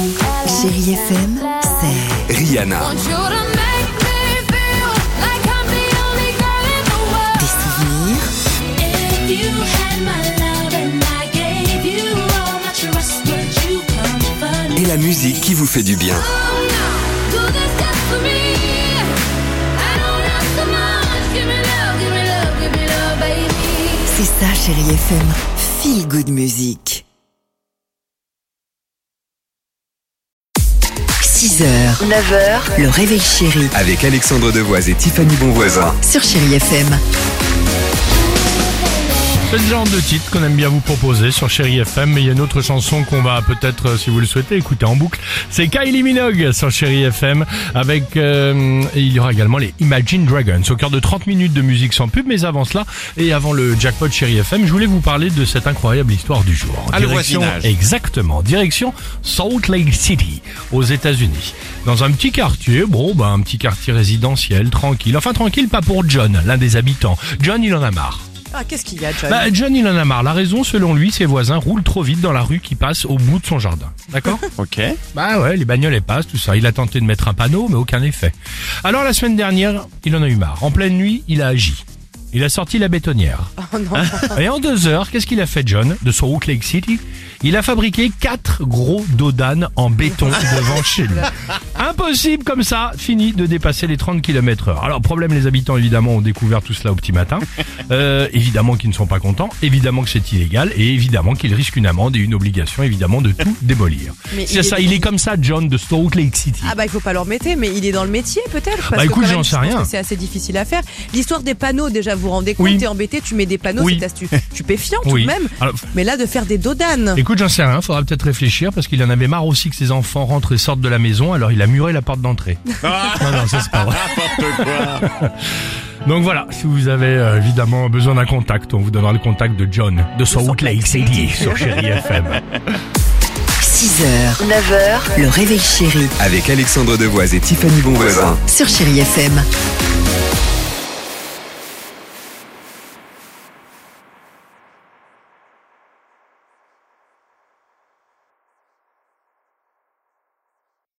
Chérie FM, c'est Rihanna. des souvenirs, Et la musique qui vous fait du bien. c'est ça Chérie FM, Feel Good Music. 6h, 9h, le réveil chéri Avec Alexandre Devoise et Tiffany Bonvoisin. sur Chérie FM. C'est le genre de titre qu'on aime bien vous proposer sur Chérie FM, mais il y a une autre chanson qu'on va peut-être, si vous le souhaitez, écouter en boucle. C'est Kylie Minogue sur Chérie FM, avec et il y aura également les Imagine Dragons, au cœur de 30 minutes de musique sans pub. Mais avant cela, et avant le jackpot Chérie FM, je voulais vous parler de cette incroyable histoire du jour. Le voisinage. Exactement, direction Salt Lake City, aux États-Unis. Dans un petit quartier, un petit quartier résidentiel, tranquille. Enfin tranquille, pas pour John, l'un des habitants. John, il en a marre. Ah, qu'est-ce qu'il y a, John? John, il en a marre. La raison, selon lui, ses voisins roulent trop vite dans la rue qui passe au bout de son jardin. D'accord? Ok. Les bagnoles, elles passent, tout ça. Il a tenté de mettre un panneau, mais aucun effet. Alors, la semaine dernière, il en a eu marre. En pleine nuit, il a agi. Il a sorti la bétonnière. Oh non. Et en 2 heures, qu'est-ce qu'il a fait, John, de Salt Lake City? Il a fabriqué 4 gros dos d'âne en béton devant chez lui. Impossible comme ça, fini de dépasser les 30 km/h. Alors, problème, les habitants, évidemment, ont découvert tout cela au petit matin. Évidemment qu'ils ne sont pas contents, évidemment que c'est illégal, et évidemment qu'ils risquent une amende et une obligation, évidemment, de tout démolir. Mais C'est ça, il est comme ça, John, de Salt Lake City. Ah il faut pas l'embêter, mais il est dans le métier peut-être. Parce écoute, que quand j'en même, sais je pense rien. que c'est assez difficile à faire. L'histoire des panneaux, déjà, vous vous rendez compte, Oui. t'es embêté, tu mets des panneaux, Oui. c'est stupéfiant tout Oui. de même. Alors, Mais là, de faire des dos d'âne. écoute, j'en sais rien, faudra peut-être réfléchir parce qu'il en avait marre aussi que ses enfants rentrent et sortent de la maison, alors il a muré la porte d'entrée. Non, ça c'est pas vrai. N'importe quoi. Donc voilà, si vous avez évidemment besoin d'un contact, on vous donnera le contact de John de Salt Lake City sur Chérie FM. 6h, 9h, le réveil chéri Avec Alexandre Devoise et Tiffany Bonvoisin. sur Chérie FM.